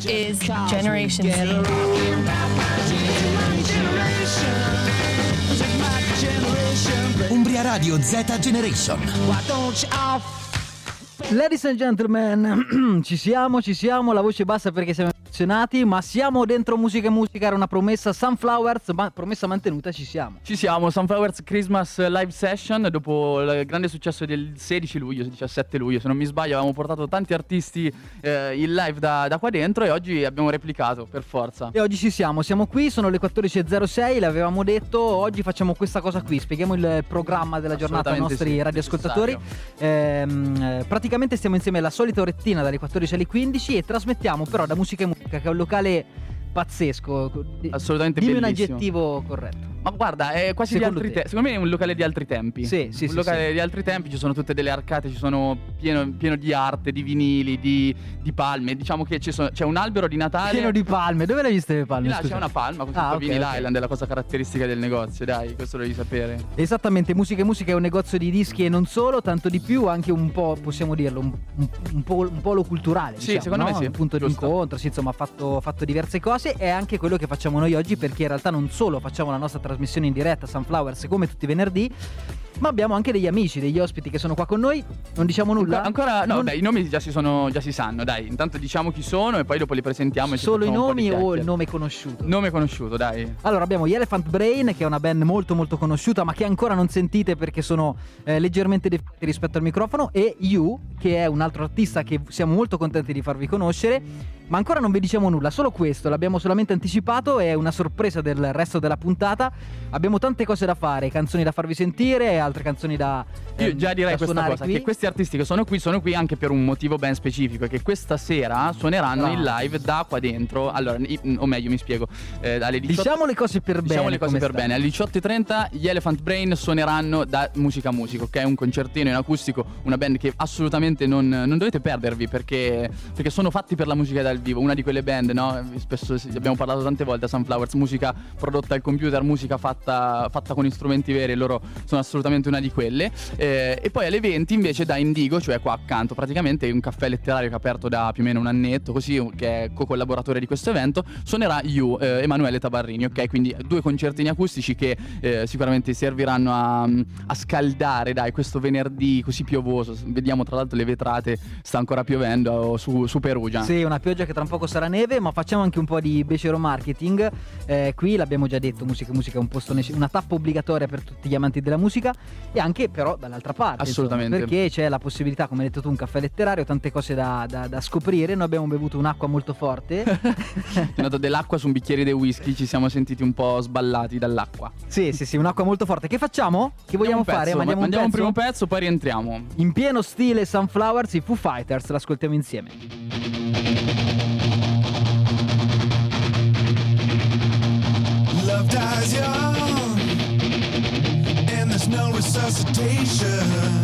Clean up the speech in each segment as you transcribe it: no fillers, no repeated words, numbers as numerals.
This is Generation Z. Umbria Radio Z Generation. Ladies and gentlemen, ci siamo, la voce bassa perché siamo emozionati, ma siamo dentro Musica e Musica, era una promessa Sunflowers, ma promessa mantenuta, ci siamo. Ci siamo, Sunflowers Christmas Live Session, dopo il grande successo del 16 luglio, 17 luglio se non mi sbaglio, avevamo portato tanti artisti in live da qua dentro e oggi abbiamo replicato per forza. E oggi ci siamo qui, sono le 14.06, l'avevamo detto, oggi facciamo questa cosa qui, spieghiamo il programma della giornata ai nostri radioascoltatori. Praticamente stiamo insieme alla solita orettina dalle 14 alle 15 e trasmettiamo però da Musica e Musica, che è un locale pazzesco. Assolutamente Dimmi bellissimo. un aggettivo corretto. Ma guarda, è quasi Secondo di altri tempi. Secondo me è un locale di altri tempi. Sì, un locale di altri tempi, ci sono tutte delle arcate, ci sono pieno di arte, di vinili, di palme. Diciamo che c'è un albero di Natale. Pieno di palme, dove l'hai viste le palme? Là c'è una palma con scritto Vinyl Island, è la cosa caratteristica del negozio, dai, questo lo devi sapere. Esattamente, Musica e Musica è un negozio di dischi e non solo, tanto di più, anche un po', possiamo dirlo, un polo culturale. Sì, diciamo, secondo me sì. Un punto di incontro, sì, insomma, ha fatto diverse cose. È anche quello che facciamo noi oggi, perché in realtà non solo facciamo la nostra trasmissione in diretta Sunflowers come tutti i venerdì, ma abbiamo anche degli amici, degli ospiti che sono qua con noi. Non diciamo nulla? Ancora no, beh, i nomi già si sanno, dai. Intanto diciamo chi sono e poi dopo li presentiamo. Solo i nomi o il nome conosciuto? Nome conosciuto, dai. Allora abbiamo gli Elephant Brain, che è una band molto molto conosciuta, ma che ancora non sentite perché sono leggermente definiti rispetto al microfono, e You, che è un altro artista che siamo molto contenti di farvi conoscere, ma ancora non vi diciamo nulla, solo questo, l'abbiamo solamente anticipato, è una sorpresa del resto della puntata. Abbiamo tante cose da fare, canzoni da farvi sentire, altre canzoni da io già direi questa cosa qui. Che questi artisti che sono qui anche per un motivo ben specifico, che questa sera suoneranno in live da qua dentro. Allora, o meglio mi spiego, alle 18, diciamo le cose per bene. Alle 18:30 gli Elephant Brain suoneranno da Musica Musica, ok? Un concertino in acustico, una band che assolutamente non dovete perdervi, perché sono fatti per la musica dal vivo, una di quelle band, no? Spesso abbiamo parlato tante volte a Sunflowers, musica prodotta al computer, musica fatta con strumenti veri, e loro sono assolutamente una di quelle. E poi alle 20 invece da Indigo, cioè qua accanto, praticamente un caffè letterario che ha aperto da più o meno un annetto, così, che è co-collaboratore di questo evento, suonerà You, Emanuele Tabarrini, ok? Quindi 2 concertini acustici che sicuramente serviranno a scaldare, dai, questo venerdì così piovoso. Vediamo tra l'altro le vetrate, sta ancora piovendo su Perugia. Sì, una pioggia che tra un poco sarà neve, ma facciamo anche un po' di becero marketing. Qui l'abbiamo già detto, Musica e Musica è un posto, una tappa obbligatoria per tutti gli amanti della musica, e anche però dall'altra parte, assolutamente, insomma, perché c'è la possibilità, come hai detto tu, un caffè letterario, tante cose da scoprire. Noi abbiamo bevuto un'acqua molto forte. Ho dato dell'acqua su un bicchiere di whisky, ci siamo sentiti un po' sballati dall'acqua. Sì, un'acqua molto forte. Che facciamo? Che vogliamo fare? Mandiamo un primo pezzo, poi rientriamo in pieno stile Sunflowers, i Foo Fighters, l'ascoltiamo insieme. Love dies young, and there's no resuscitation.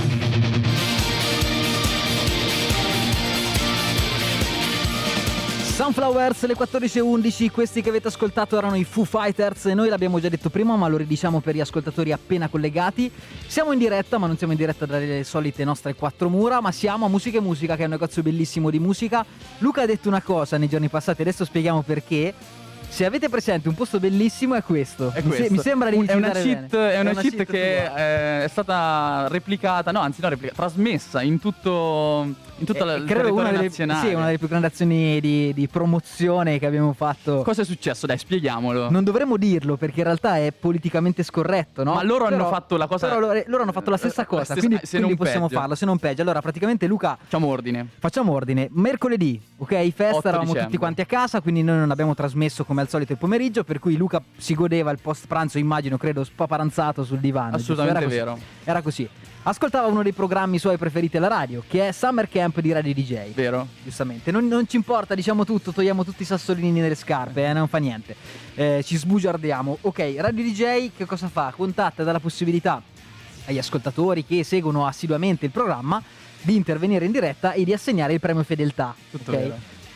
Sunflowers, le 14.11, questi che avete ascoltato erano i Foo Fighters e noi l'abbiamo già detto prima, ma lo ridiciamo per gli ascoltatori appena collegati. Siamo in diretta, ma non siamo in diretta dalle solite nostre 4 mura, ma siamo a Musica e Musica, che è un negozio bellissimo di musica. Luca ha detto una cosa nei giorni passati, adesso spieghiamo perché. Se avete presente un posto bellissimo è questo. Mi sembra di è una cheat che è stata trasmessa in tutta il territorio nazionale. Sì, una delle più grandi azioni di promozione che abbiamo fatto. Cosa è successo? Dai, spieghiamolo. Non dovremmo dirlo perché in realtà è politicamente scorretto, no? Ma loro hanno fatto la cosa. Però loro hanno fatto la stessa cosa, quindi possiamo farlo, se non peggio. Allora, praticamente, Luca, facciamo ordine. Mercoledì, ok? Festa, eravamo dicembre. Tutti quanti a casa, quindi noi non abbiamo trasmesso come al solito il pomeriggio, per cui Luca si godeva il post pranzo, immagino, credo, spaparanzato sul divano. Assolutamente vero. Era così. Ascoltava uno dei programmi suoi preferiti alla radio, che è Summer Camp di Radio DJ. Vero. Giustamente. Non ci importa, diciamo tutto, togliamo tutti i sassolini nelle scarpe, non fa niente. Ci sbugiardiamo. Ok, Radio DJ che cosa fa? Contatta, dà la possibilità agli ascoltatori che seguono assiduamente il programma di intervenire in diretta e di assegnare il premio fedeltà. Tutto okay? vero.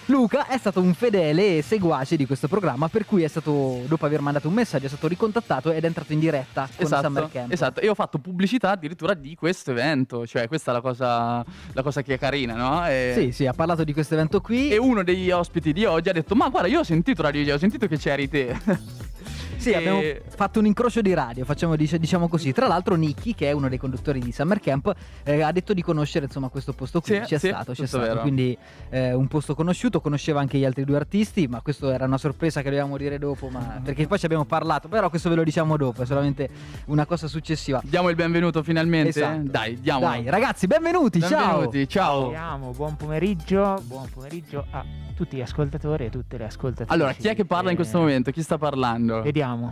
Luca è stato un fedele seguace di questo programma, per cui è stato, dopo aver mandato un messaggio, è stato ricontattato ed è entrato in diretta con Summer Camp. Esatto, e ho fatto pubblicità addirittura di questo evento, cioè questa è la cosa che è carina, no? Sì, ha parlato di questo evento qui. E uno degli ospiti di oggi ha detto: ma guarda, io ho sentito Radio DJ, ho sentito che c'eri te. Sì, abbiamo fatto un incrocio di radio, diciamo così. Tra l'altro Nicky, che è uno dei conduttori di Summer Camp, ha detto di conoscere insomma questo posto qui. C'è stato, vero. Quindi un posto conosciuto, conosceva anche gli altri due artisti, ma questo era una sorpresa che dovevamo dire dopo, perché poi ci abbiamo parlato, però questo ve lo diciamo dopo, è solamente una cosa successiva. Diamo il benvenuto finalmente. Esatto. Dai, diamo. Dai, ragazzi, benvenuti, ciao. Ciao. Buon pomeriggio a tutti gli ascoltatori e tutte le ascoltatrici. Allora, chi è che parla in questo momento? Chi sta parlando? Vediamo.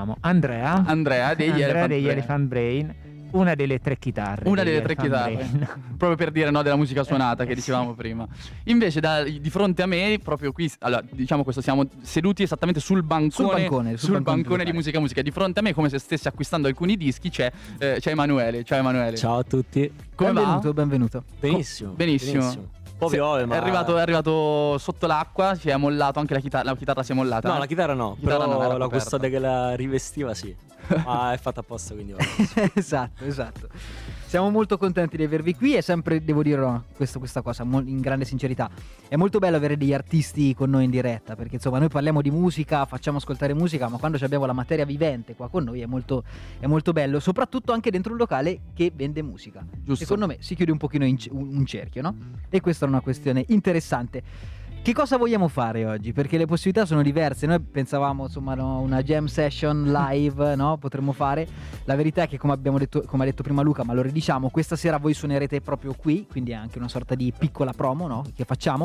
Andrea degli Elephant Brain. Una delle tre chitarre. Proprio per dire no della musica suonata che dicevamo prima. Invece di fronte a me, proprio qui, allora diciamo questo, siamo seduti esattamente sul bancone di musica. Di fronte a me, come se stesse acquistando alcuni dischi, c'è Emanuele. Ciao Emanuele. Ciao a tutti. Come va? Benvenuto. Benissimo. Un po' piove, ma è arrivato sotto l'acqua, si è mollato anche la chitarra si è mollata. No, la chitarra no, però la custode che la rivestiva sì. Ma è fatta apposta, quindi va. Esatto. Siamo molto contenti di avervi qui e sempre devo dire questa cosa in grande sincerità. È molto bello avere degli artisti con noi in diretta, perché insomma noi parliamo di musica, facciamo ascoltare musica, ma quando abbiamo la materia vivente qua con noi è molto bello, soprattutto anche dentro un locale che vende musica. Giusto. Secondo me si chiude un pochino un cerchio, no? E questa è una questione interessante. Che cosa vogliamo fare oggi? Perché le possibilità sono diverse. Noi pensavamo insomma una jam session live, no? Potremmo fare. La verità è che come ha detto prima Luca, ma lo ridiciamo, questa sera voi suonerete proprio qui, quindi è anche una sorta di piccola promo, no? Che facciamo.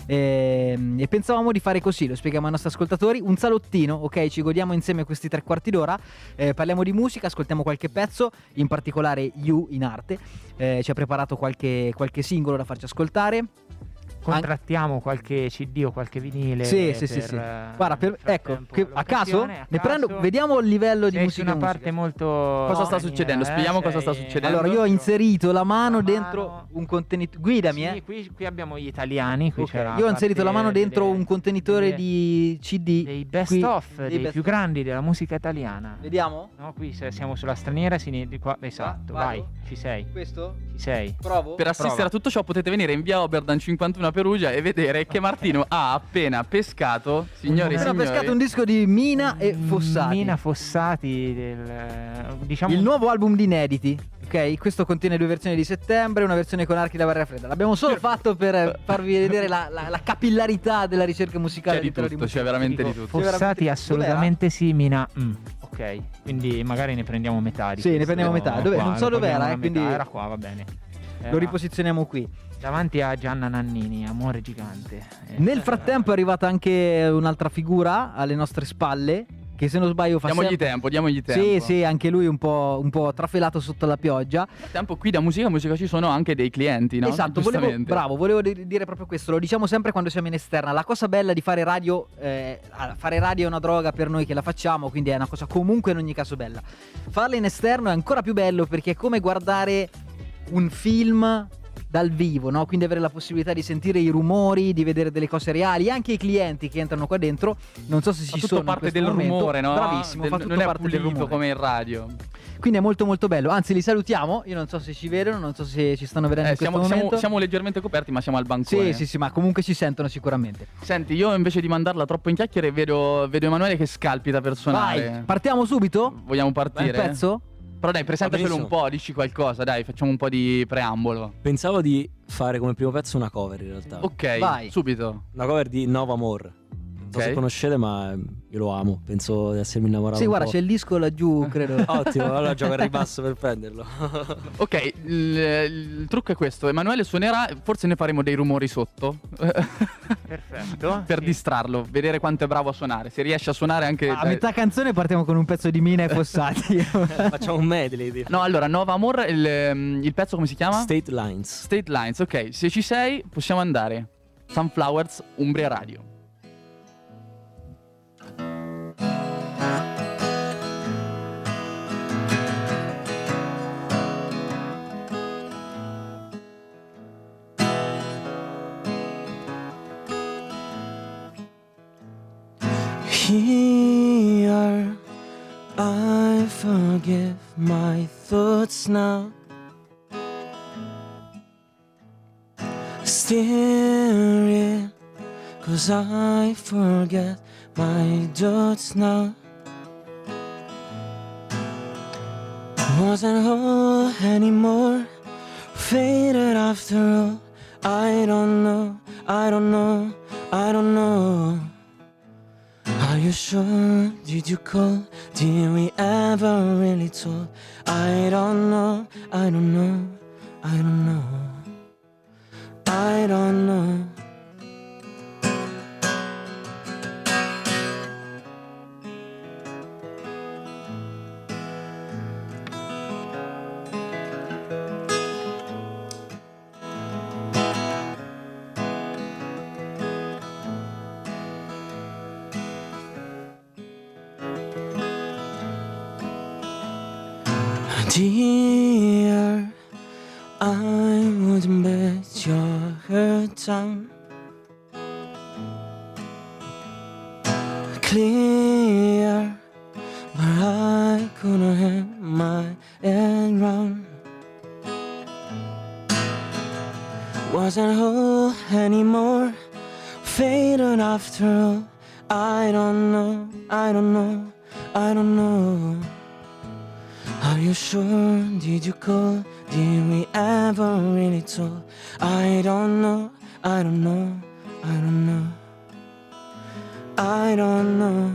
E pensavamo di fare così, lo spieghiamo ai nostri ascoltatori, un salottino, ok? Ci godiamo insieme questi 3/4 d'ora, parliamo di musica, ascoltiamo qualche pezzo, in particolare You in arte, ci ha preparato qualche singolo da farci ascoltare. Contrattiamo qualche CD o qualche vinile. Sì. Guarda, ecco, a caso ne prendo, vediamo il livello di musica. Una parte molto. Cosa sta succedendo? Spieghiamo cosa sta succedendo. Allora, io ho inserito la mano dentro un contenitore. Guidami, Qui abbiamo gli italiani. Qui okay. Io ho inserito la mano dentro un contenitore di CD. Dei best of, dei più grandi della musica italiana. Vediamo? No, qui siamo sulla straniera, di qua. Esatto, vai, ci sei. Questo? Ci sei. Provo? Per assistere a tutto ciò potete venire in via Oberdan 51 a Perugia e vedere che Martino ha appena pescato, signori e signori, pescato un disco di Mina e Fossati. Mina Fossati, diciamo il nuovo album di inediti. Ok, questo contiene 2 versioni di settembre e una versione con archi da barriera fredda. L'abbiamo solo fatto per farvi vedere la capillarità della ricerca musicale. C'è di tutto, c'è veramente di tutto. Fossati assolutamente sì, Mina. Ok, quindi magari ne prendiamo metà di Sì, ne prendiamo metà. Non so dov'era, quindi era qua, va bene. Lo riposizioniamo qui. Davanti a Gianna Nannini, Amore gigante. Nel frattempo è arrivata anche un'altra figura alle nostre spalle, che se non sbaglio fa Diamogli tempo. Sì, anche lui un po' trafelato sotto la pioggia. Nel tempo qui da musica ci sono anche dei clienti, no? Esatto, volevo dire proprio questo. Lo diciamo sempre quando siamo in esterna. La cosa bella di fare radio è una droga per noi che la facciamo, quindi è una cosa comunque in ogni caso bella. Farla in esterno è ancora più bello, perché è come guardare un film dal vivo, no? Quindi avere la possibilità di sentire i rumori, di vedere delle cose reali, anche i clienti che entrano qua dentro. Non so se ci sono parte in questo del momento. rumore, no? Bravissimo, fa tutto non parte è del rumore come in radio. Quindi è molto molto bello. Anzi, li salutiamo. Io non so se ci vedono, non so se ci stanno vedendo in questo momento. Siamo leggermente coperti, ma siamo al bancone. Sì, ma comunque ci sentono sicuramente. Senti, io invece di mandarla troppo in chiacchiere vedo Emanuele che scalpita per suonare. Vai, partiamo subito? Vogliamo partire? Un pezzo? Però dai, presentacelo un po', dici qualcosa, dai, facciamo un po' di preambolo. Pensavo di fare come primo pezzo una cover in realtà. Ok, vai. Subito. Una cover di Nova Amor. Non so se conoscete, ma io lo amo. Penso di essermi innamorato. Sì, guarda, c'è il disco laggiù, credo. Ottimo, allora gioco al ribasso per prenderlo. Ok, il trucco è questo. Emanuele suonerà, forse ne faremo dei rumori sotto. Perfetto. Per distrarlo, vedere quanto è bravo a suonare. Se riesce a suonare anche a metà canzone partiamo con un pezzo di Mina e Fossati. Facciamo un medley. No, allora, Nova Amor, il pezzo come si chiama? State Lines. State Lines, ok. Se ci sei, possiamo andare. Sunflowers, Umbria Radio. I forgive my thoughts now. Steering, 'cause I forget my doubts now. Wasn't whole anymore, faded after all. I don't know, I don't know, I don't know. Are you sure? Did you call? Did we ever really talk? I don't know, I don't know, I don't know, I don't know. Dear, I wouldn't bet your heart down. Clear, but I couldn't hand my head round. Wasn't whole anymore, faded after all. I don't know, I don't know, I don't know. Are you sure? Did you call? Did we ever really talk? I don't know, I don't know, I don't know, I don't know.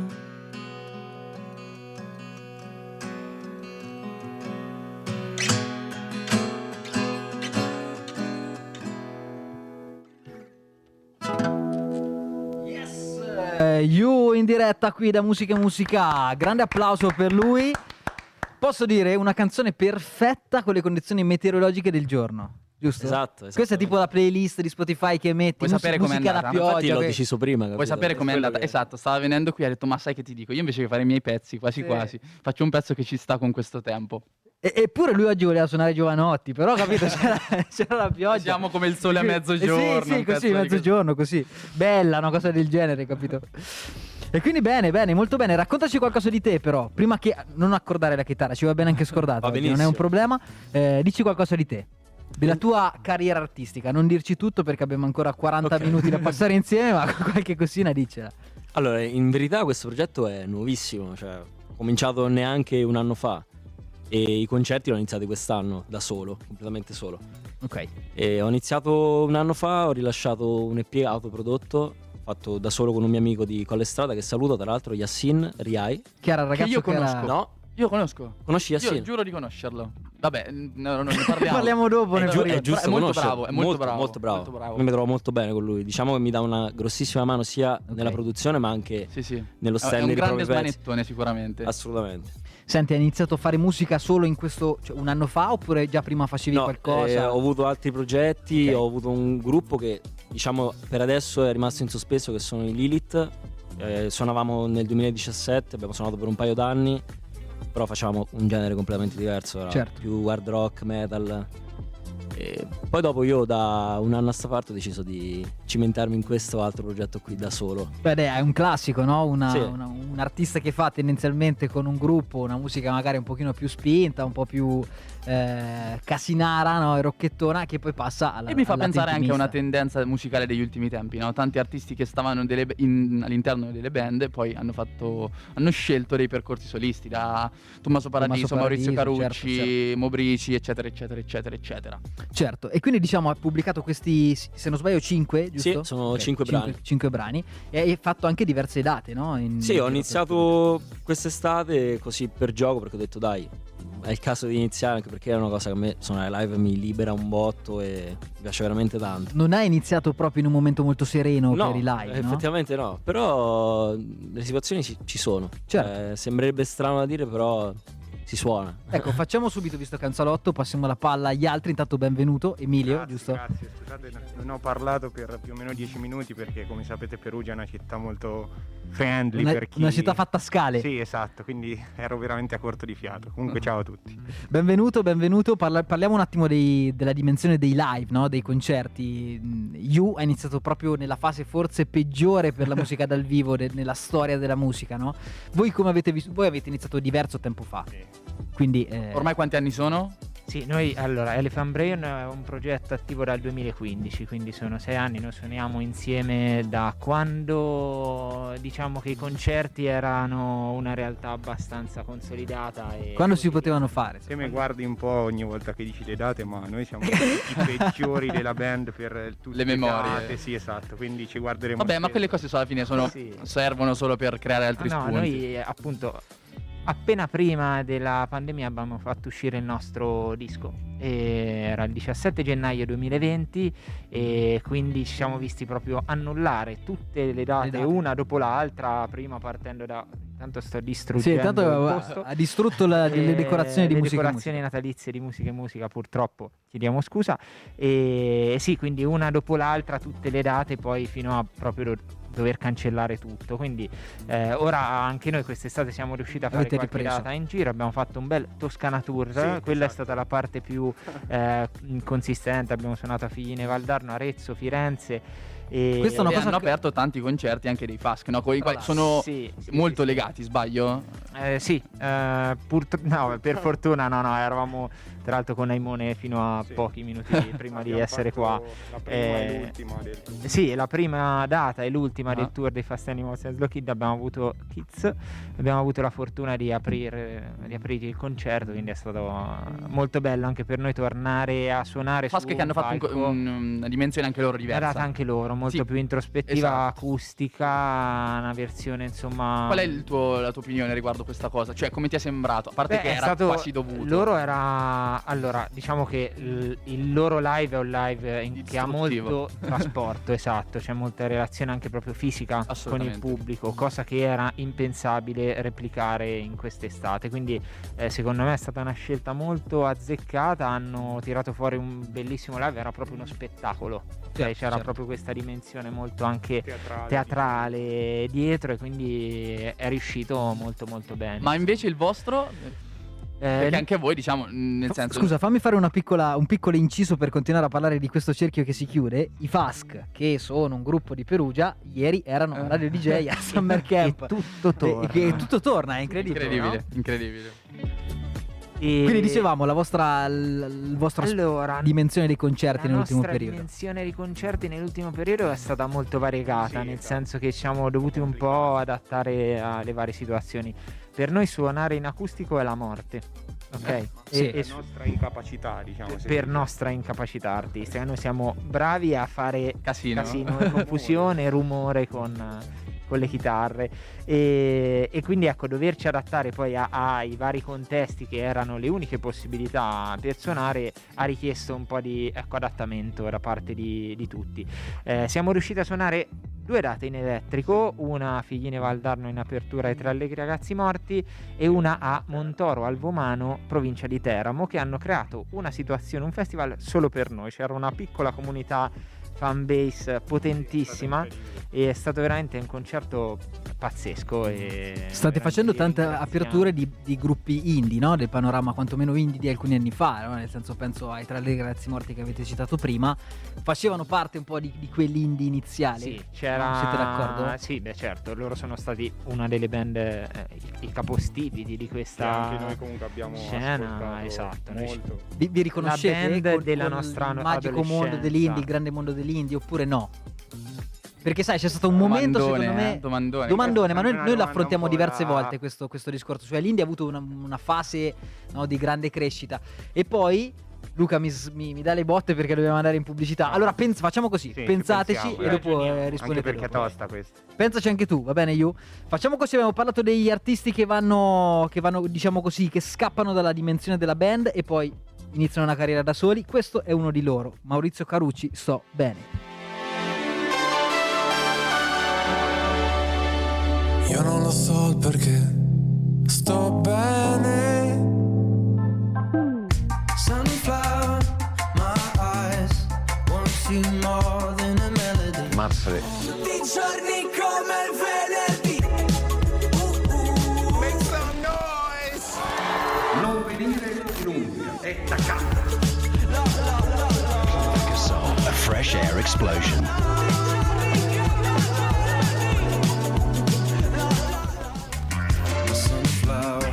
You in diretta qui da Musica Musica, grande applauso per lui. Posso dire una canzone perfetta con le condizioni meteorologiche del giorno, giusto? Esatto. Questa è tipo la playlist di Spotify che metti. Vuoi sapere com'è musica andata? da pioggia. Infatti l'ho deciso prima. Capito? Vuoi sapere com'è andata? Esatto, stava venendo qui e ha detto ma sai che ti dico, io invece che fare i miei pezzi quasi quasi faccio un pezzo che ci sta con questo tempo. Eppure lui oggi voleva suonare Giovanotti, però capito c'era la pioggia. Siamo come il sole a mezzogiorno. Sì, così, mezzogiorno, così. Bella, una cosa del genere, capito? E quindi bene, molto bene. Raccontaci qualcosa di te però, prima che non accordare la chitarra, ci va bene anche scordata, non è un problema. Dici qualcosa di te, della tua carriera artistica, non dirci tutto perché abbiamo ancora 40 minuti da passare insieme, ma qualche cosina dicela. Allora, in verità questo progetto è nuovissimo, cioè ho cominciato neanche un anno fa e i concerti l'ho iniziati quest'anno da solo, completamente solo. Ok. E ho iniziato un anno fa, ho rilasciato un EP autoprodotto fatto da solo con un mio amico di Collestrada che saluto, tra l'altro, Yassin Riai. Che era il ragazzo che io che conosco. era... No, io conosco. conosci Yassin? Io giuro di conoscerlo. Vabbè, non ne parliamo. Parliamo dopo. È giusto, è molto conoscerlo. bravo, è molto bravo. Molto bravo. Molto bravo. Io mi trovo molto bene con lui. Diciamo che mi dà una grossissima mano sia nella produzione ma anche nello stand è un dei grande propri pezzi. smanettone sicuramente. Assolutamente. Senti, hai iniziato a fare musica solo in questo, cioè un anno fa, oppure già prima facevi qualcosa? Ho avuto altri progetti, ho avuto un gruppo che diciamo per adesso è rimasto in sospeso, che sono i Lilith. Suonavamo nel 2017, abbiamo suonato per un paio d'anni, però facevamo un genere completamente diverso, era più hard rock, metal. E poi dopo io da un anno a sta parte ho deciso di cimentarmi in questo altro progetto qui da solo. Beh, è un classico, no? Un artista che fa tendenzialmente con un gruppo una musica magari un pochino più spinta, un po' più casinara, no? E rocchettona, che poi passa alla. E mi fa pensare anche a una tendenza tendenza musicale degli ultimi tempi, no? Tanti artisti che stavano all'interno delle band poi hanno scelto dei percorsi solisti, da Tommaso Paradiso, Maurizio Carucci, certo. Mobrici, eccetera eccetera eccetera eccetera. Certo, e quindi diciamo ha pubblicato questi, se non sbaglio, 5, giusto? Sì, sono 5 brani. 5 brani. E hai fatto anche diverse date, no? Sì, ho iniziato quest'estate così per gioco, perché ho detto dai, è il caso di iniziare, anche perché è una cosa che a me suonare live mi libera un botto e mi piace veramente tanto. Non hai iniziato proprio in un momento molto sereno per i live, effettivamente no, però le situazioni ci sono. Certo. Sembrerebbe strano da dire, però si suona. Ecco, facciamo subito, visto Canzalotto, passiamo la palla agli altri. Intanto benvenuto Emilio, grazie, giusto? Grazie, scusate, non ho parlato per più o meno 10 minuti perché come sapete Perugia è una città molto friendly per chi... Una città fatta a scale. Sì, esatto, quindi ero veramente a corto di fiato. Comunque ciao a tutti. Benvenuto. Parliamo un attimo della dimensione dei live, no? Dei concerti. You ha iniziato proprio nella fase forse peggiore per la musica dal vivo nella storia della musica, no? Voi come avete visto? Voi avete iniziato diverso tempo fa. Sì. Quindi ormai quanti anni sono? Sì, noi allora Elephant Brain è un progetto attivo dal 2015, quindi sono 6 anni, noi suoniamo insieme da quando diciamo che i concerti erano una realtà abbastanza consolidata. E quando si potevano fare. Se mi guardi un po' ogni volta che dici le date, ma noi siamo i peggiori della band per tutte le memorie. Date, sì, esatto, quindi ci guarderemo. Vabbè, ma quelle cose alla fine servono solo per creare altri spunti. Noi appunto appena prima della pandemia abbiamo fatto uscire il nostro disco, era il 17 gennaio 2020 e quindi ci siamo visti proprio annullare tutte le date una dopo l'altra, prima partendo da... Tanto sto distruggendo il posto. Ha distrutto le decorazioni di musica. Le decorazioni natalizie di Musica e Musica, purtroppo chiediamo scusa. E sì, quindi una dopo l'altra tutte le date, poi fino a proprio dover cancellare tutto. Quindi ora anche noi quest'estate siamo riusciti a fare qualche data in giro. Abbiamo fatto un bel Toscana Tour, quella è stata la parte più consistente. Abbiamo suonato a Figline Valdarno, Arezzo, Firenze. E questa è una cosa hanno aperto tanti concerti anche dei Fask, no? Sono molto legati, sbaglio? Sì, no, per fortuna no, eravamo tra l'altro con Aimone fino a pochi minuti prima di essere qua. La prima e l'ultima del tour. Sì, la prima data e l'ultima del tour dei Fast Animals and Slow Kid abbiamo avuto la fortuna di aprire il concerto, quindi è stato molto bello anche per noi tornare a suonare. Fask che hanno fatto una dimensione anche loro diversa. È data anche loro, molto più introspettiva, acustica, una versione insomma. Qual è la tua opinione riguardo questa cosa? Cioè, come ti è sembrato? A parte che era quasi dovuto. Loro allora, diciamo che il loro live è un live che ha molto trasporto, esatto, c'è molta relazione anche proprio fisica con il pubblico, cosa che era impensabile replicare in quest'estate. Quindi secondo me è stata una scelta molto azzeccata, hanno tirato fuori un bellissimo live, era proprio uno spettacolo. C'era proprio questa dimensione molto anche teatrale dietro, e quindi è riuscito molto molto bene. Ma invece il vostro? Perché anche voi, diciamo, nel senso... Scusa, fammi fare un piccolo inciso per continuare a parlare di questo cerchio che si chiude. I Fask, che sono un gruppo di Perugia, ieri erano a Radio DJ a Summer Camp. Che tutto torna, è incredibile. Incredibile. Quindi dicevamo la vostra dimensione dei concerti nell'ultimo periodo. La dimensione dei concerti nell'ultimo periodo è stata molto variegata, nel senso che ci siamo dovuti un po' adattare alle varie situazioni. Per noi suonare in acustico è la morte, ok? Per nostra incapacità, diciamo. Per nostra incapacità artistica. Noi siamo bravi a fare casino e confusione, rumore con le chitarre, e quindi ecco, doverci adattare poi ai vari contesti che erano le uniche possibilità per suonare ha richiesto un po' di adattamento da parte di tutti. Siamo riusciti a suonare 2 date in elettrico, una a Figline Valdarno in apertura ai Tre Allegri Ragazzi Morti e una a Montoro al Vomano, provincia di Teramo, che hanno creato una situazione, un festival solo per noi. C'era una piccola comunità fan base potentissima e è stato veramente un concerto pazzesco. State facendo tante aperture di gruppi indie, no? Del panorama quantomeno indie di alcuni anni fa, no? Nel senso, penso ai Tre Allegri Ragazzi Morti che avete citato prima, facevano parte un po' di quell'indie iniziali. Sì, c'era. Siete d'accordo? Sì, beh, certo, loro sono stati una delle band, i capostipiti di questa anche noi comunque abbiamo scena, esatto, molto. Vi riconoscete la band della nostra il magico mondo dell'indie, il grande mondo dell'indie, oppure no? Perché sai, c'è stato un momento, secondo me, domandone, ma noi lo affrontiamo diverse volte questo discorso. Cioè l'indie ha avuto una fase, no, di grande crescita, e poi Luca mi dà le botte perché dobbiamo andare in pubblicità. Allora facciamo così, pensateci e dopo rispondete. Perché è tosta questo. Pensaci anche tu, va bene, Yu? Facciamo così, abbiamo parlato degli artisti che vanno, diciamo così, che scappano dalla dimensione della band e poi iniziano una carriera da soli. Questo è uno di loro, Maurizio Carucci, Sto bene. Io non lo so il perché sto bene. Sunflower, my eyes want you more than a melody. Marzale. Tutti i giorni come il venerdì. venire in Umbria è da casa. A fresh air explosion. Sunflower.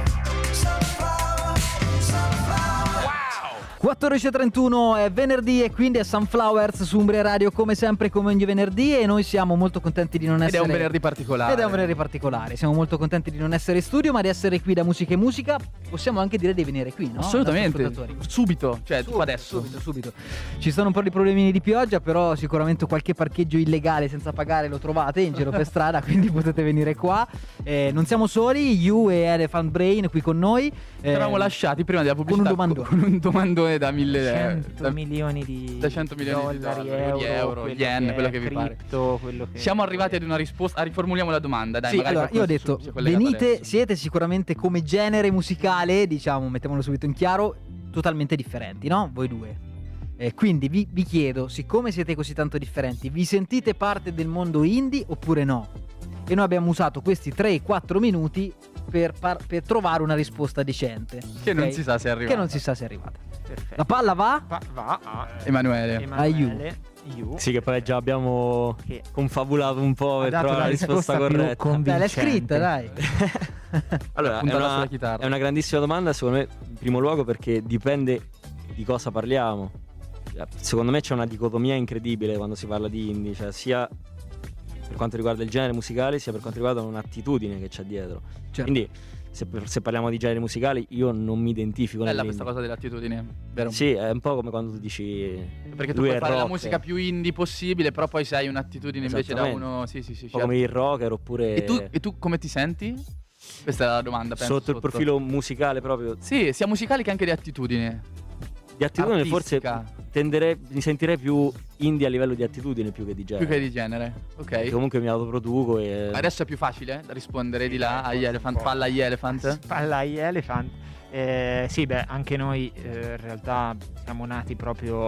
14:31 è venerdì e quindi è Sunflowers su Umbria Radio come sempre, come ogni venerdì, e noi siamo molto contenti di non essere... Ed è un venerdì particolare. Ed è un venerdì particolare, siamo molto contenti di non essere in studio ma di essere qui da Musica e Musica. Possiamo anche dire di venire qui, no? Assolutamente, subito, cioè tu adesso. Subito. Ci sono un po' di problemini di pioggia, però sicuramente qualche parcheggio illegale senza pagare lo trovate in giro per strada, quindi potete venire qua. Non siamo soli, You e Elephant Brain qui con noi. Ci eravamo lasciati prima della pubblicità con un domandone da 100 milioni di da 100 milioni dollari, di euro, yen, quello che vi pare. Quello che... Siamo arrivati ad una risposta, riformuliamo la domanda, dai. Sì, allora io ho detto, venite, siete sicuramente come genere musicale, diciamo, mettiamolo subito in chiaro, totalmente differenti, no? Voi due. Quindi vi chiedo, siccome siete così tanto differenti, vi sentite parte del mondo indie oppure no? E noi abbiamo usato questi 3-4 minuti per trovare una risposta decente. Che non si sa se è arrivata. Perfetto. La palla va a Emanuele. A You. Sì, che poi già abbiamo confabulato un po' per trovare la risposta corretta. Dai, l'hai scritta, dai. Allora, è una grandissima domanda, secondo me, in primo luogo perché dipende di cosa parliamo. Secondo me c'è una dicotomia incredibile quando si parla di indie, cioè sia per quanto riguarda il genere musicale sia per quanto riguarda un'attitudine che c'è dietro. Certo. Quindi se parliamo di generi musicali io non mi identifico bella questa cosa dell'attitudine, vero? Sì, è un po' come quando tu dici perché tu puoi fare la musica più indie possibile, però poi se hai un'attitudine invece da uno sì, un po' come il rocker oppure e tu come ti senti? Questa è la domanda, penso, sotto il profilo musicale proprio. Sì, sia musicale che anche di attitudine. Di attitudine artistica. Forse mi sentirei più indie a livello di attitudine più che di genere. Più che di genere, ok. Perché comunque mi autoproduco e... Adesso è più facile da rispondere di là agli Elephant. Palla agli Elephant. Palla agli Elephant. Sì, beh, anche noi in realtà siamo nati proprio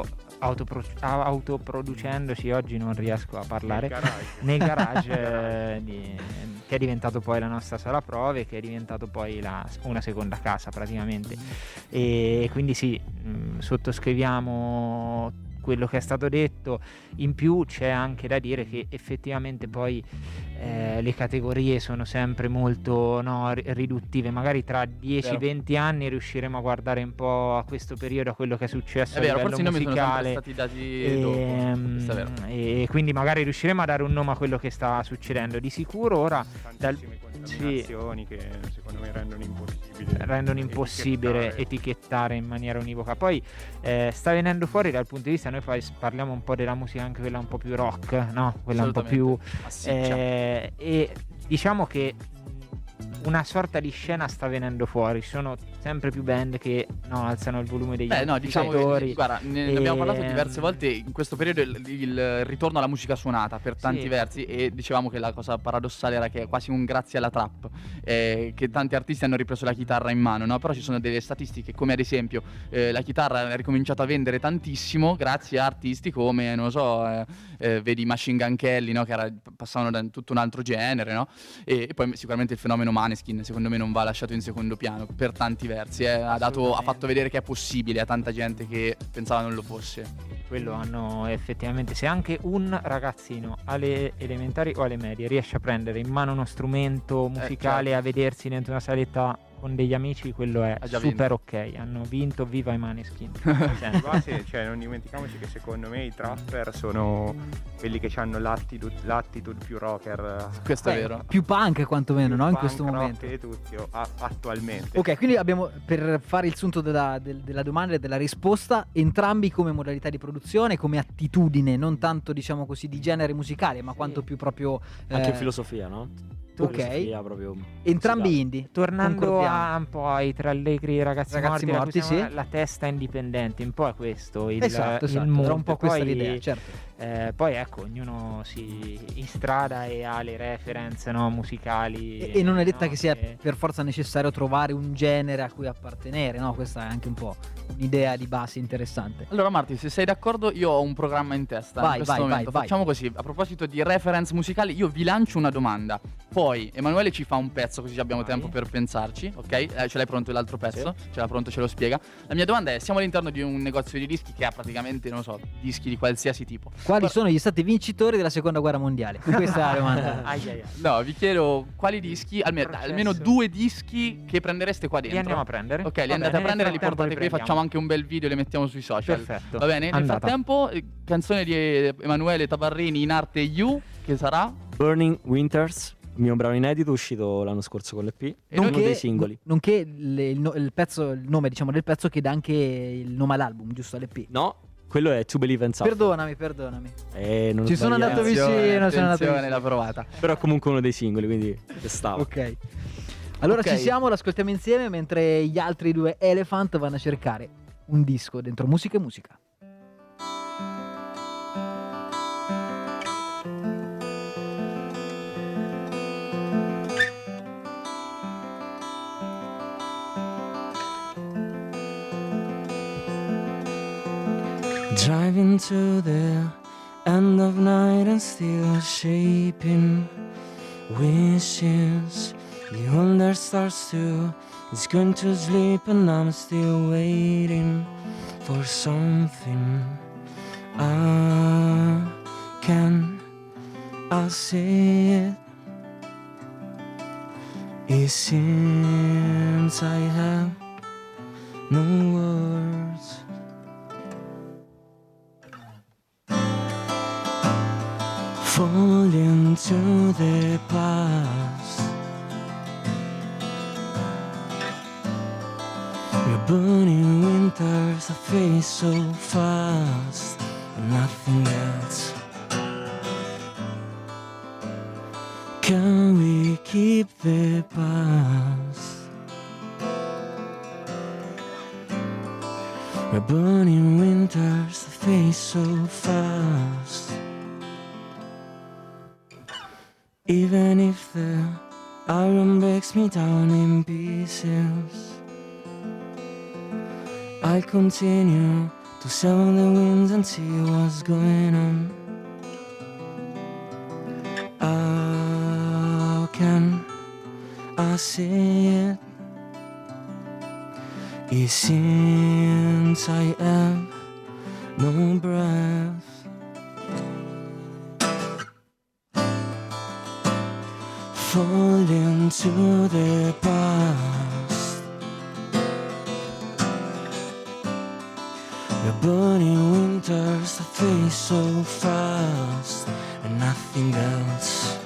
autoproducendoci. Oggi non riesco a parlare. Nel garage che è diventato poi la nostra sala prove, che è diventato poi una seconda casa praticamente. E quindi sì, sottoscriviamo quello che è stato detto. In più c'è anche da dire che effettivamente poi le categorie sono sempre molto riduttive. Magari tra 10-20 anni riusciremo a guardare un po' a questo periodo, a quello che è successo a livello musicale, sono stati dati dopo. E quindi magari riusciremo a dare un nome a quello che sta succedendo. Di sicuro ora tantissime contaminazioni che secondo me rendono impossibile etichettare in maniera univoca. Poi sta venendo fuori dal punto di vista, noi poi parliamo un po' della musica anche quella un po' più rock, no? Quella un po' più e diciamo che una sorta di scena sta venendo fuori. Ci sono sempre più band che alzano il volume degli amplificatori. Guarda, ne abbiamo parlato diverse volte in questo periodo, il ritorno alla musica suonata per tanti versi, e dicevamo che la cosa paradossale era che è quasi un grazie alla trap, che tanti artisti hanno ripreso la chitarra in mano, no? Però ci sono delle statistiche come ad esempio la chitarra ha ricominciato a vendere tantissimo grazie a artisti come, non lo so, vedi Machine Gun Kelly, no? Che passavano da tutto un altro genere, no? E poi sicuramente il fenomeno Maneskin secondo me non va lasciato in secondo piano per tanti versi, ha fatto vedere che è possibile a tanta gente che pensava non lo fosse. Quello hanno effettivamente, se anche un ragazzino alle elementari o alle medie riesce a prendere in mano uno strumento musicale, a vedersi dentro una saletta con degli amici, quello è super ok. Hanno vinto, viva i Maneskin. Cioè, non dimentichiamoci che secondo me i trapper sono quelli che hanno l'attitude più rocker. Questo è vero. Più punk quantomeno, no? In questo momento. Tutti, attualmente. Ok, quindi abbiamo, per fare il sunto della domanda e della risposta, entrambi come modalità di produzione, come attitudine, non tanto diciamo così di genere musicale, ma quanto più proprio anche filosofia, no? Ok, entrambi indie. Tornando un po' ai Tre Allegri ragazzi morti, sì. La testa indipendente, un po' è questo il esatto. mood. Era un po' questa l'idea, certo. Poi ecco, ognuno si in strada e ha le reference, no, musicali. E non è detta che sia per forza necessario trovare un genere a cui appartenere, no? Questa è anche un po' un'idea di base interessante. Allora Marti, se sei d'accordo, io ho un programma in testa in questo momento. Facciamo così, a proposito di reference musicali, io vi lancio una domanda. Poi Emanuele ci fa un pezzo, così abbiamo tempo per pensarci, ok? Ce l'hai pronto l'altro pezzo? Sì. Ce l'ha pronto, ce lo spiega. La mia domanda è: siamo all'interno di un negozio di dischi che ha praticamente, non lo so, dischi di qualsiasi tipo. Quali sono gli stati vincitori della seconda guerra mondiale? Questa è la domanda. No, vi chiedo quali dischi, almeno 2 dischi che prendereste qua dentro. Li andiamo a prendere? Ok, li andate a prendere, li portate qui, facciamo anche un bel video, li mettiamo sui social. Perfetto. Va bene? Nel frattempo, canzone di Emanuele Tabarrini in arte You, che sarà Burning Winters, il mio brano inedito uscito l'anno scorso con l'EP, e uno dei singoli. Nonché il nome, diciamo, del pezzo che dà anche il nome all'album, giusto, all'EP? No, quello è To Believe and Suffer. Perdonami. Non ci sono andato vicino, l'ha provata. Però comunque uno dei singoli, quindi stavo. Ok. Allora ci siamo, l'ascoltiamo insieme mentre gli altri 2 Elephant vanno a cercare un disco dentro musica e musica. Driving to the end of night and still shaping wishes. The older starts to, it's going to sleep and I'm still waiting for something. Can I say it? It seems I have no words. Fall into the past. We're burning winters that fade so fast, and nothing else. Can we keep the past? We're burning winters that fade so fast. Even if the iron breaks me down in pieces, I'll continue to sail on the winds and see what's going on. How can I say it? It seems I have no breath. Fall into the past. We're burning winters that fade so fast, and nothing else.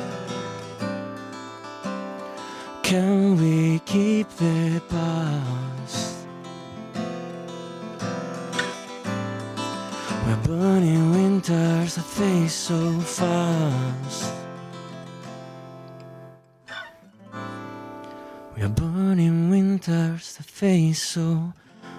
Can we keep the past? We're burning winters that fade so fast. We're burning winters that fade so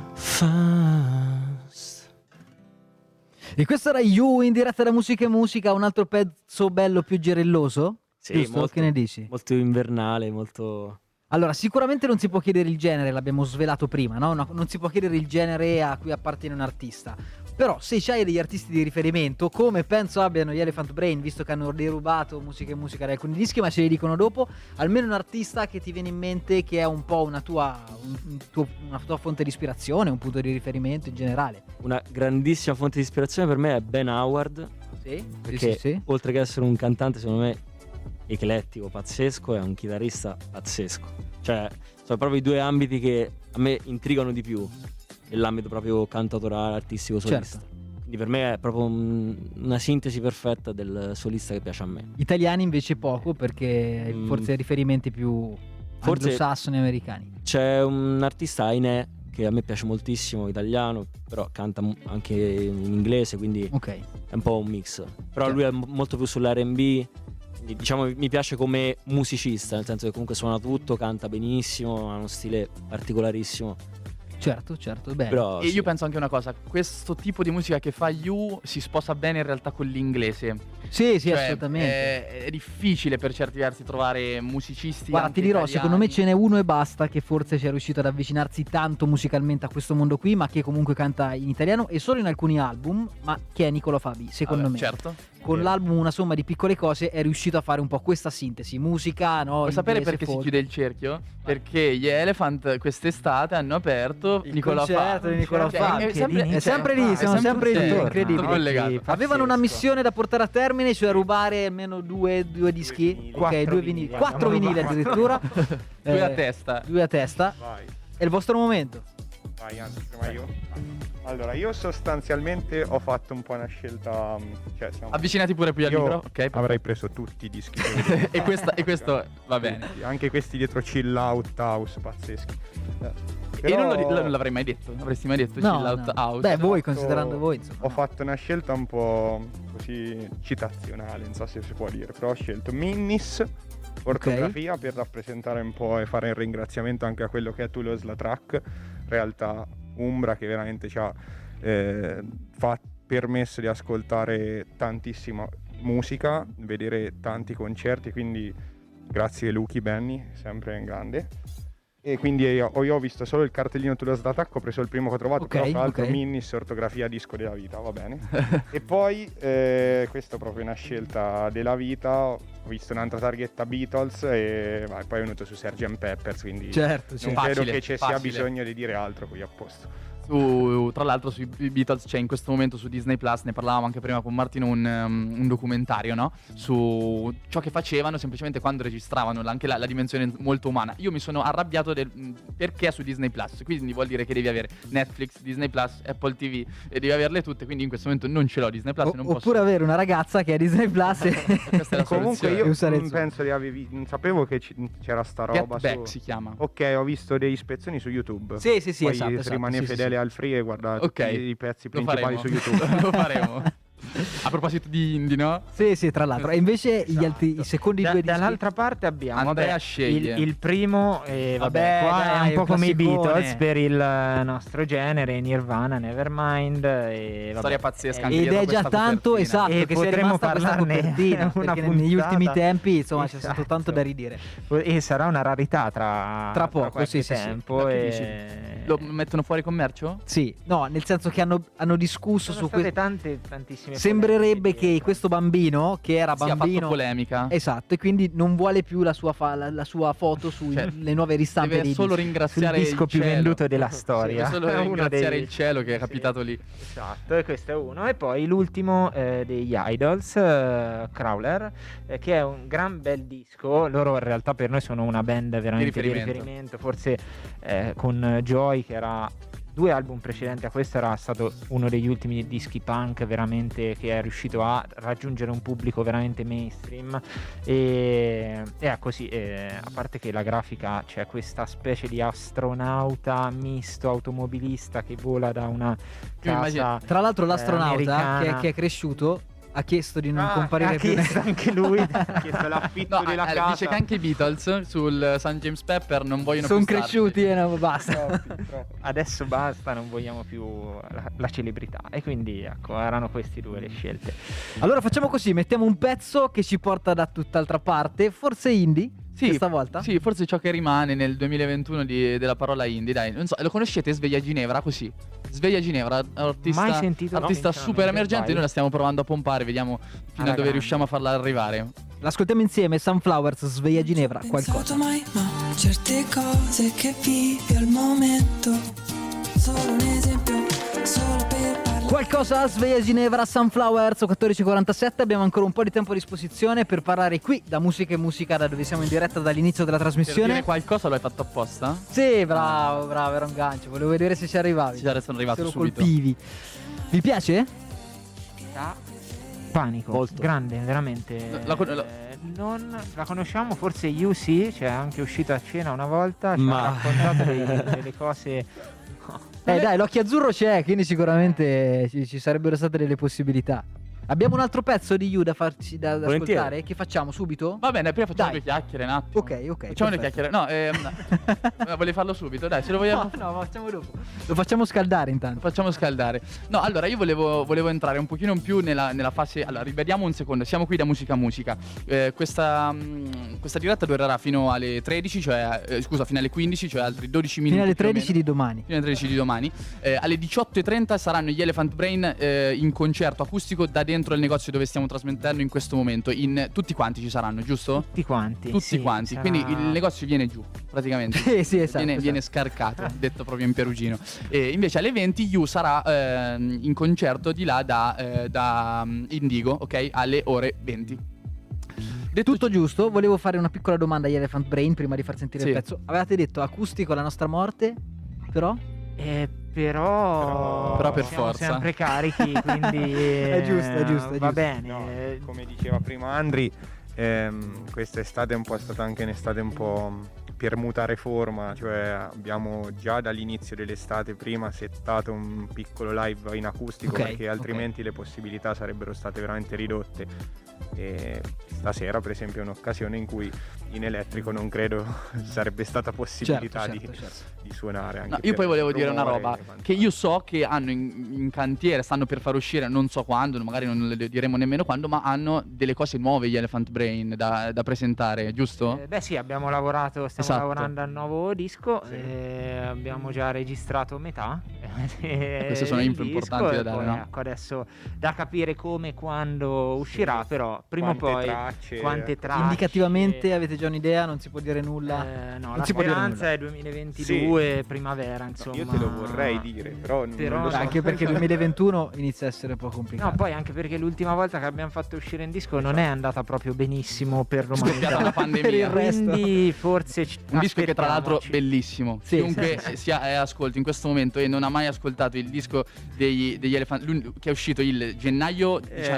fast. E questo era You in diretta da Musica e Musica, un altro pezzo bello più gerelloso? Sì, giusto? molto, che ne dici? Molto invernale, molto... Allora, sicuramente non si può chiedere il genere, l'abbiamo svelato prima, no? Non si può chiedere il genere a cui appartiene un artista. Però se c'hai degli artisti di riferimento, come penso abbiano gli Elephant Brain, visto che hanno derubato Musica e Musica da alcuni dischi, ma ce li dicono dopo, almeno un artista che ti viene in mente che è un po' una tua fonte di ispirazione, un punto di riferimento in generale. Una grandissima fonte di ispirazione per me è Ben Howard. Sì, perché sì. Oltre che essere un cantante, secondo me eclettico, pazzesco, è un chitarrista pazzesco. Cioè, sono proprio i 2 ambiti che a me intrigano di più, nell'ambito proprio cantautorale, artistico, solista. Certo. Quindi per me è proprio una sintesi perfetta del solista che piace a me. Italiani invece poco, perché forse riferimenti più anglosassoni americani. C'è un artista, Ainè, che a me piace moltissimo, italiano, però canta anche in inglese, quindi è un po' un mix. Però lui è molto più sull'R&B. Diciamo mi piace come musicista, nel senso che comunque suona tutto, canta benissimo, ha uno stile particolarissimo. Certo, bene. Però, E io penso anche una cosa, questo tipo di musica che fa You si sposa bene in realtà con l'inglese. Sì, Cioè, assolutamente. È difficile per certi versi trovare musicisti. Guarda, anche ti dirò, italiani. secondo me ce n'è uno e basta che forse sia riuscito ad avvicinarsi tanto musicalmente a questo mondo qui, ma che comunque canta in italiano e solo in alcuni album, ma che è Nicola Fabi, secondo me. Certo. Con l'album Una somma di piccole cose è riuscito a fare un po' questa sintesi, musica, no? Vuoi sapere inglese, perché si folk. chiude il cerchio? Perché gli Elephant quest'estate hanno aperto Il Nicola concerto Fabi. di Nicola Cioè, Fabi. è sempre lì, siamo sempre lì, sì, incredibile. collegato. Avevano una missione da portare a termine, cioè rubare almeno due dischi, ok, due vinili, 4 vinili addirittura. Due a testa. 2 a testa. Vai, È il vostro momento. vai, anzi, prima io. Allora, io sostanzialmente ho fatto un po' una scelta. Cioè, Avvicinati pure qui al io micro, ok? avrei preso tutti i dischi che vedevo. e questo va bene. Anche questi dietro Chill Out House, pazzeschi. E non l'avrei mai detto. Avresti mai detto Chill Out House? Beh, voi, considerando voi, insomma. Ho fatto una scelta un po' così citazionale, non so se si può dire, però ho scelto Minnis, ortografia, per rappresentare un po' e fare un ringraziamento anche a quello che è Toulouse La Track, realtà umbra che veramente ci ha permesso di ascoltare tantissima musica, vedere tanti concerti, quindi grazie Lucky Benny, sempre in grande. E quindi io ho visto solo il cartellino Toulouse d'Attacco, ho preso il primo che ho trovato, però tra l'altro Minnis, ortografia, disco della vita, va bene. E poi questa è proprio una scelta della vita, ho visto un'altra targhetta Beatles e poi è venuto su Sgt. Peppers, quindi certo, non credo che ci sia bisogno di dire altro, qui a posto. Tra l'altro sui Beatles c'è in questo momento su Disney Plus, ne parlavamo anche prima con Martino, un documentario, no? Su ciò che facevano semplicemente quando registravano, anche la dimensione molto umana. Io mi sono arrabbiato perché è su Disney Plus, quindi vuol dire che devi avere Netflix, Disney Plus, Apple TV e devi averle tutte, quindi in questo momento non ce l'ho Disney Plus e non posso. Oppure avere una ragazza che ha Disney Plus e questa è la comunque soluzione. io penso di non sapevo che c'era sta roba Get Back si chiama. Ok, ho visto delle ispezioni su YouTube. Sì, Poi esatto, rimane sì, fedele al free e guarda tutti i pezzi principali su YouTube. Lo faremo. A proposito di indie, no? Sì, tra l'altro. E invece i secondi due dischi. Dall'altra parte abbiamo Andrea sceglie il primo, Vabbè, qua dai, è un po' come i classicone. Beatles per il nostro genere, Nirvana, Nevermind. Storia pazzesca anche Ed dietro è già questa tanto, copertina. esatto, E che sia potremmo rimasta questa parlarne copertina, una perché negli puntata. ultimi tempi, insomma, c'è Esatto. stato tanto da ridire. E sarà una rarità tra poco, qualche sì. tempo. Che e... dici? Lo mettono fuori commercio? Sì, no, nel senso che hanno discusso Sono su state questo. tantissime Sembrerebbe polemiche che dietro. questo bambino, che era Sì, ha bambino, fatto polemica. esatto, e quindi non vuole più la sua foto sulle nuove ristampe Deve dei solo dischi. ringraziare il disco il più cielo. venduto della storia. Deve solo Uno ringraziare dei- il cielo che è Sì. capitato lì. Esatto, e questo è uno. E poi l'ultimo degli Idols, Crawler, che è un gran bel disco. Loro in realtà per noi sono una band veramente di riferimento. Forse con Joy, che era 2 album precedenti a questo, era stato uno degli ultimi dischi punk veramente che è riuscito a raggiungere un pubblico veramente mainstream. E è così, a parte che la grafica, c'è questa specie di astronauta misto automobilista che vola da una casa, tra l'altro l'astronauta americana. che è cresciuto ha chiesto di non comparire ha più chiesto anche lui ha chiesto No, dice che anche i Beatles sul St. James Pepper non vogliono sono più cresciuti e basta. adesso basta, non vogliamo più la celebrità, e quindi ecco, erano questi due le scelte. Allora facciamo così, mettiamo un pezzo che ci porta da tutt'altra parte, forse indie questa volta? Sì, forse ciò che rimane nel 2021 della parola indie, dai. Non so, lo conoscete Sveglia Ginevra così? Sveglia Ginevra, artista, Mai sentito, artista super emergente, noi la stiamo provando a pompare, vediamo fino a dove grande. riusciamo a farla arrivare. L'ascoltiamo insieme, Sunflowers, Sveglia Ginevra, qualcosa. Mai, ma certe cose che vivi al momento, solo un esempio, solo per parlare. Qualcosa, Sveglia Ginevra, Sunflowers, 14:47. Abbiamo ancora un po' di tempo a disposizione per parlare qui da Musica e Musica, da dove siamo in diretta dall'inizio della Per trasmissione. dire qualcosa lo hai fatto apposta? Sì, bravo, era un gancio. Volevo vedere se ci arrivavi. Ci sono arrivato se lo subito. colpivi. Vi piace? Panico, Molto. grande, veramente. Non la conosciamo, forse UC, cioè è anche uscito a cena una volta, ci ha raccontato delle cose. Dai, l'occhio azzurro c'è, quindi sicuramente ci sarebbero state delle possibilità. Abbiamo un altro pezzo di You da farci da Volentieri. ascoltare. Che facciamo subito? Va bene, prima facciamo Dai. due chiacchiere un attimo. Ok. Facciamo le perfetto. chiacchiere. No, volevi farlo subito? Dai, se lo vogliamo. No, ma facciamo dopo. Lo facciamo scaldare intanto. Facciamo scaldare. No, allora io volevo entrare un pochino in più nella fase. Allora, rivediamo un secondo. Siamo qui da Musica Musica. Questa diretta durerà fino alle 13, cioè fino alle 15, cioè altri 12 minuti. Fino alle più o 13 meno. di domani. Fino alle 13 di domani. Alle 18:30 saranno gli Elephant Brain in concerto acustico da dentro il negozio dove stiamo trasmettendo in questo momento. Tutti quanti ci saranno, giusto? Tutti quanti. Tutti sì, quanti. sarà- Quindi il negozio viene giù, praticamente. Sì, esatto. Viene scarcato, detto proprio in perugino. E invece alle 20 You sarà in concerto di là da Indigo, ok? Alle ore 20. Tutto giusto. Volevo fare una piccola domanda agli Elephant Brain prima di far sentire Sì. il pezzo. Avevate detto acustico la nostra morte, però? Però per siamo forza. sempre carichi, quindi È giusto. va giusto. bene. No, come diceva prima Andri, quest'estate è un po' stata anche un'estate un po' per mutare forma, cioè abbiamo già dall'inizio dell'estate prima settato un piccolo live in acustico, Ok, perché altrimenti le possibilità sarebbero state veramente ridotte. E stasera per esempio è un'occasione in cui in elettrico non credo sarebbe stata possibilità Certo. di suonare anche No, io per poi volevo il dire una rumore roba e quant'altro. che io so che hanno in cantiere, stanno per far uscire, non so quando, magari non le diremo nemmeno quando, ma hanno delle cose nuove gli Elephant Brain da presentare, giusto? Beh sì, abbiamo lavorato, stiamo Esatto. lavorando al nuovo disco, Sì. abbiamo già registrato metà. Queste sono del info disco, importanti da e dare, poi, no? ecco, adesso da capire come e quando uscirà, però prima o Quante poi tracce, quante tracce. Indicativamente avete già un'idea? Non si può dire nulla. No, Non la si può dire speranza nulla. è 2022, primavera, No, insomma. io te lo vorrei dire, però non lo so. Anche perché 2021 inizia a essere un po' complicato. No, poi anche perché l'ultima volta che abbiamo fatto uscire in disco non è andata proprio benissimo per Scoppiata la l'umanità. pandemia. Per il resto. Quindi forse Un disco che tra l'altro aspettiamoci. bellissimo. Sì, Chiunque sì. ascolti in questo momento e non ha mai ascoltato il disco degli Elephant, che è uscito il gennaio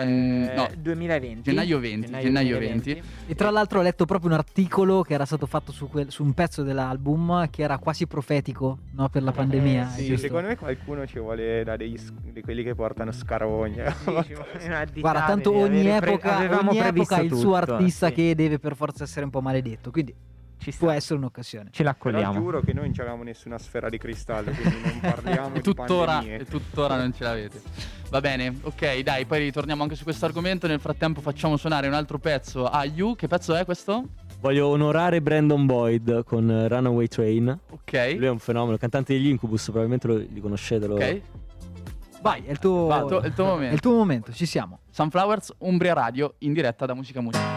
2020. gennaio 20. E tra l'altro ho letto proprio un articolo che era stato fatto su un pezzo dell'album che era quasi profetico, no, per la pandemia. Sì, giusto? secondo me qualcuno ci vuole da di quelli che portano scarogne. Guarda, tanto ogni epoca ha il suo artista sì. che deve per forza essere un po' maledetto, quindi Ci sta. può essere un'occasione. Ce Però l'accogliamo. giuro che noi non avevamo nessuna sfera di cristallo, quindi non parliamo E di tuttora pandemie. non ce l'avete. Va bene, ok, dai, poi ritorniamo anche su questo argomento. Nel frattempo facciamo suonare un altro pezzo a You. Che pezzo è questo? Voglio onorare Brandon Boyd con Runaway Train. Ok. Lui è un fenomeno, cantante degli Incubus, probabilmente li conoscete. Ok. Vai, è il tuo, Vado, è il tuo momento. È il tuo momento, ci siamo. Sunflowers, Umbria Radio, in diretta da Musica Musica.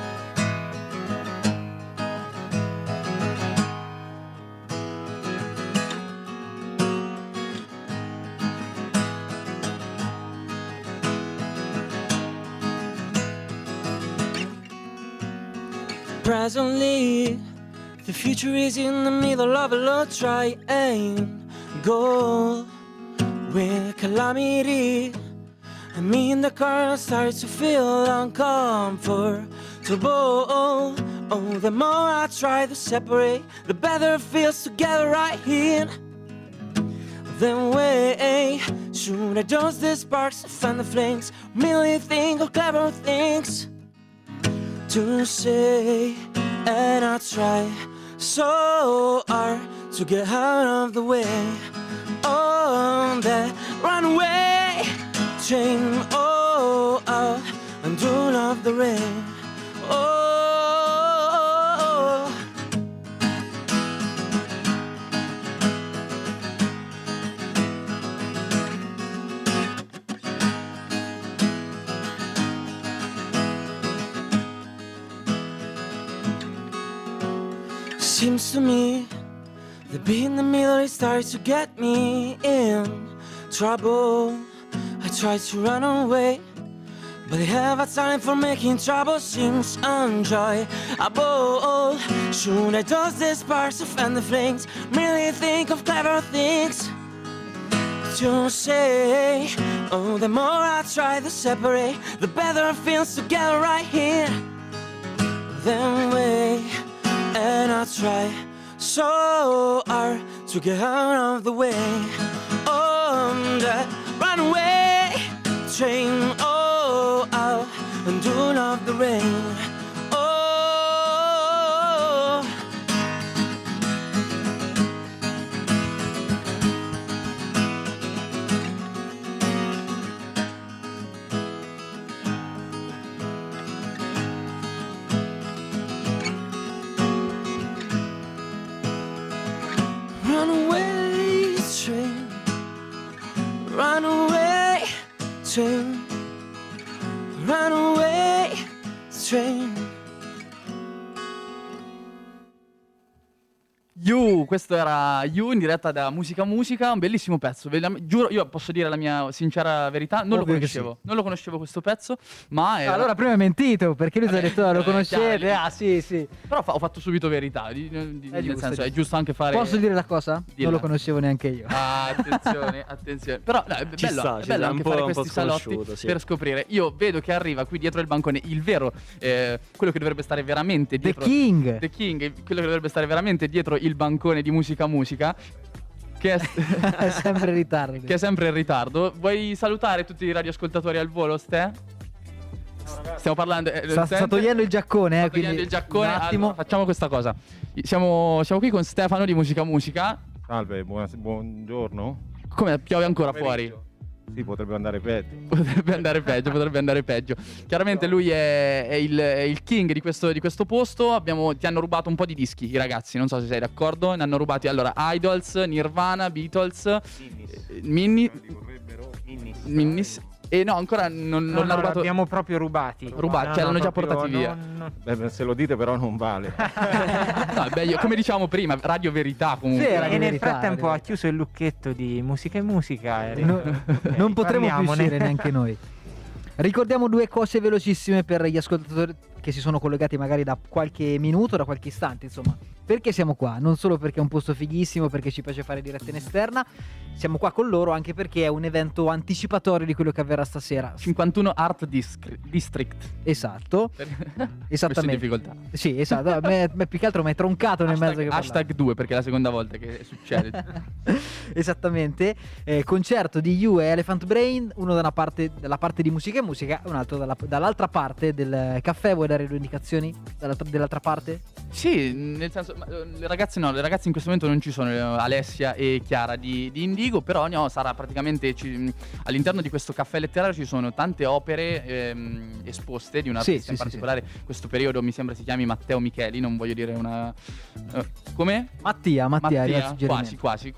Presently, the future is in the middle of a low triangle with calamity. And me in the car starts to feel uncomfortable. Oh, the more I try to separate, the better it feels together right here. Then wait, should I dose the sparks, fan the flames, merely think of clever things to say, and I try so hard to get out of the way on that runaway train. Oh, and do love the rain. Oh. Seems to me the beat in the middle it starts to get me in trouble. I try to run away, but they have a talent for making trouble seems enjoyable. Should I dose the sparks to fan the flames, merely think of clever things to say? Oh, the more I try to separate, the better it feels together right here. Then wait, and I try so hard to get out of the way on that runaway train. Oh, the rain. Oh, runaway train, runaway train, runaway train. You, questo era You in diretta da Musica, un bellissimo pezzo. Giuro, io posso dire la mia sincera verità, non lo conoscevo. Sì. Non lo conoscevo questo pezzo, ma era... Allora prima hai mentito, perché lui ti ha detto lo conoscete. Sì. Però ho fatto subito verità, nel senso è giusto anche fare... Posso dire la cosa? Dilla. Non lo conoscevo neanche io. Attenzione. Però è bello anche fare questi salotti per scoprire. Io vedo che arriva qui dietro il bancone il vero, quello che dovrebbe stare veramente dietro... The King, quello che dovrebbe stare veramente dietro il bancone di Musica, che è sempre in ritardo. Che è sempre in ritardo. Vuoi salutare tutti i radioascoltatori al volo, Ste? Stiamo parlando. Sta togliendo il giaccone, sta togliendo il giaccone. Un attimo. Allora, facciamo questa cosa. Siamo qui con Stefano di Musica. Salve, buongiorno. Come piove ancora fuori? Sì, potrebbe andare peggio. Potrebbe andare peggio. Chiaramente lui è il king di questo posto. Ti hanno rubato un po' di dischi i ragazzi, non so se sei d'accordo. Ne hanno rubati allora Idols, Nirvana, Beatles, Minnis. E no, ancora non l'ha rubato. Abbiamo proprio rubati. Cioè l'hanno già portati via. Beh, se lo dite però non vale. No, beh, come diciamo prima, radio verità comunque. Sì, e nel frattempo ha chiuso il lucchetto di Musica. Non potremo più uscire neanche noi. Ricordiamo due cose velocissime per gli ascoltatori che si sono collegati magari da qualche minuto, da qualche istante, insomma. Perché siamo qua? Non solo perché è un posto fighissimo, perché ci piace fare diretta in esterna, siamo qua con loro anche perché è un evento anticipatorio di quello che avverrà stasera. 51 Art District. Esatto. Esattamente. In difficoltà. Sì, esatto. Più che altro mi è troncato nel mezzo che Hashtag 2 perché è la seconda volta che succede. Esattamente. Concerto di You e Elephant Brain, uno dalla parte di Musica, un altro dall'altra parte del caffè. Vuoi dare due indicazioni dell'altra parte? Sì, nel senso, le ragazze in questo momento non ci sono, Alessia e Chiara di Indigo, però sarà praticamente all'interno di questo caffè letterario ci sono tante opere esposte di un artista in particolare. Questo periodo mi sembra si chiami Matteo Micheli, non voglio dire una... come? Mattia, quasi.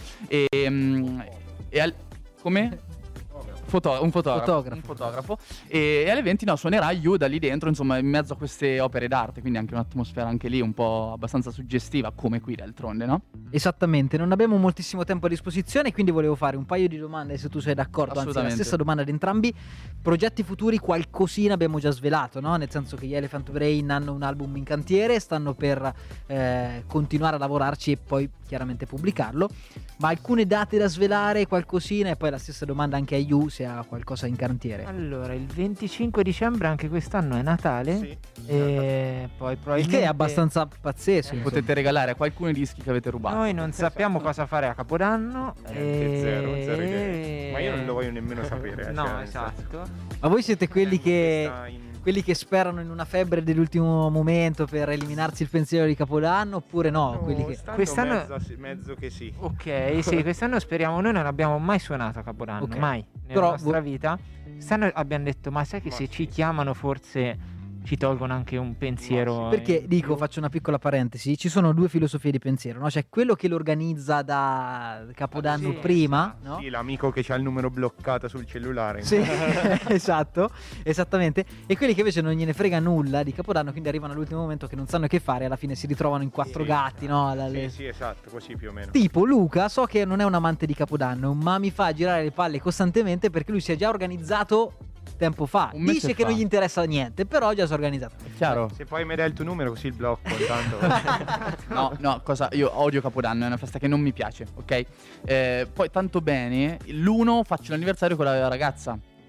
Come? Un fotografo. E alle 20 suonerà You da lì dentro, insomma, in mezzo a queste opere d'arte, quindi anche un'atmosfera anche lì un po' abbastanza suggestiva, come qui d'altronde, no? Esattamente, non abbiamo moltissimo tempo a disposizione, quindi volevo fare un paio di domande, se tu sei d'accordo, anzi la stessa domanda ad entrambi. Progetti futuri, qualcosina abbiamo già svelato, no? Nel senso che gli Elephant Brain hanno un album in cantiere, stanno per continuare a lavorarci e poi chiaramente pubblicarlo, ma alcune date da svelare, qualcosina, e poi la stessa domanda anche a You, se ha qualcosa in cantiere. Allora, il 25 dicembre anche quest'anno è Natale, sì, e poi probabilmente... Il che è abbastanza pazzesco. Potete regalare a qualcuno i dischi che avete rubato. Noi non sappiamo cosa fare a Capodanno. Zero idea. Ma io non lo voglio nemmeno sapere. No, cioè, esatto. Ma voi siete quelli che sperano in una febbre dell'ultimo momento per eliminarsi il pensiero di Capodanno, oppure no? Quelli che... Quest'anno mezzo che sì. Ok, sì, quest'anno speriamo. Noi non abbiamo mai suonato a Capodanno, mai nella nostra vita. Quest'anno abbiamo detto, ma sai che se ci chiamano forse ci tolgono anche un pensiero. Perché dico, faccio una piccola parentesi, ci sono due filosofie di pensiero, no? C'è quello che lo organizza da Capodanno prima, no? Sì, l'amico che c'ha il numero bloccato sul cellulare. Sì, esatto, esattamente. E quelli che invece non gliene frega nulla di Capodanno, quindi arrivano all'ultimo momento che non sanno che fare, alla fine si ritrovano in quattro gatti, no? Sì, esatto, così più o meno. Tipo Luca, so che non è un amante di Capodanno, ma mi fa girare le palle costantemente perché lui si è già organizzato tempo fa. Dice che non gli interessa niente, però già si è organizzato. Chiaro. Se poi mi dai il tuo numero così il blocco intanto. Io odio Capodanno, è una festa che non mi piace, ok? Poi tanto bene, l'1 faccio l'anniversario con la ragazza.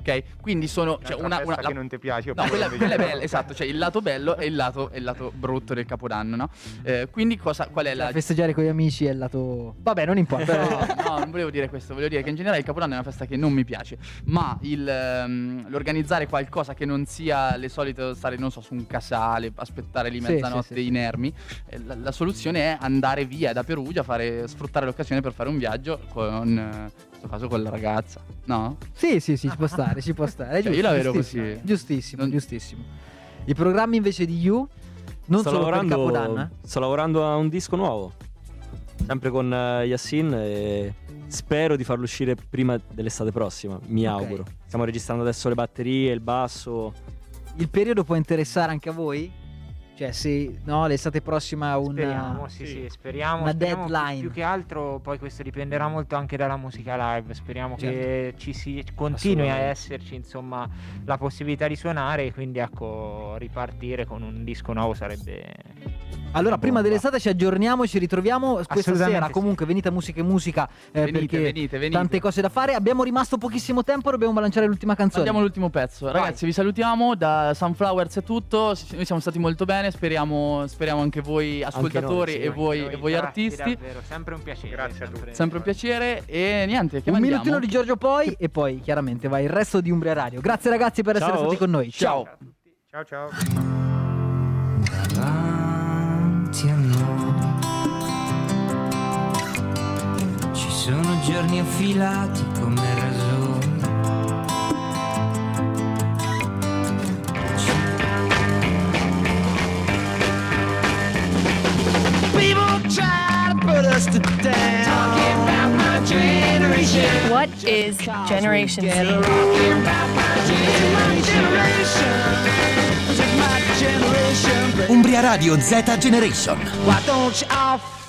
ok? Quindi sono una che non ti piace. No, quella è bella, esatto, cioè il lato bello e il lato brutto del Capodanno, no? Quindi qual è la festeggiare con gli amici è il lato... Vabbè, non importa. No, non volevo dire questo, volevo dire che in generale il Capodanno è una festa che non mi piace, ma l'organizzare qualcosa che non sia le solite stare, non so, su un casale, aspettare lì mezzanotte inermi, la soluzione è andare via da Perugia, sfruttare l'occasione per fare un viaggio con, in questo caso, con la ragazza, no? Sì, ci può stare, Cioè, io la vedo così. Giustissimo. I programmi invece di You, non solo per il Capodanno. Sto lavorando a un disco nuovo, sempre con Yassin, e spero di farlo uscire prima dell'estate prossima, mi auguro. Stiamo registrando adesso le batterie, il basso. Il periodo può interessare anche a voi? Cioè, se no, l'estate prossima speriamo. Una deadline. Più che altro, poi questo dipenderà molto anche dalla musica live. Speriamo che ci continui a esserci, insomma, la possibilità di suonare. Quindi, ecco, ripartire con un disco nuovo sarebbe. Allora, prima dell'estate ci aggiorniamo, ci ritroviamo questa sera. Comunque, venite a Musica e Musica, perché venite. tante cose da fare. Abbiamo rimasto pochissimo tempo, dobbiamo lanciare l'ultima canzone. Andiamo all'ultimo pezzo. Ragazzi, vi salutiamo. Da Sunflowers è tutto. Noi siamo stati molto bene. Speriamo anche voi ascoltatori e voi artisti. Davvero, sempre un piacere. Grazie a tutti. Sempre un piacere. E niente, che un mandiamo? minutino di Giorgio poi e poi chiaramente va il resto di Umbria Radio. Grazie ragazzi per essere stati con noi. Ciao. Ciao. Davanti a noi ci sono giorni affilati come rasoi. What is Generation Z? Umbria Radio Z Generation. Why don't you off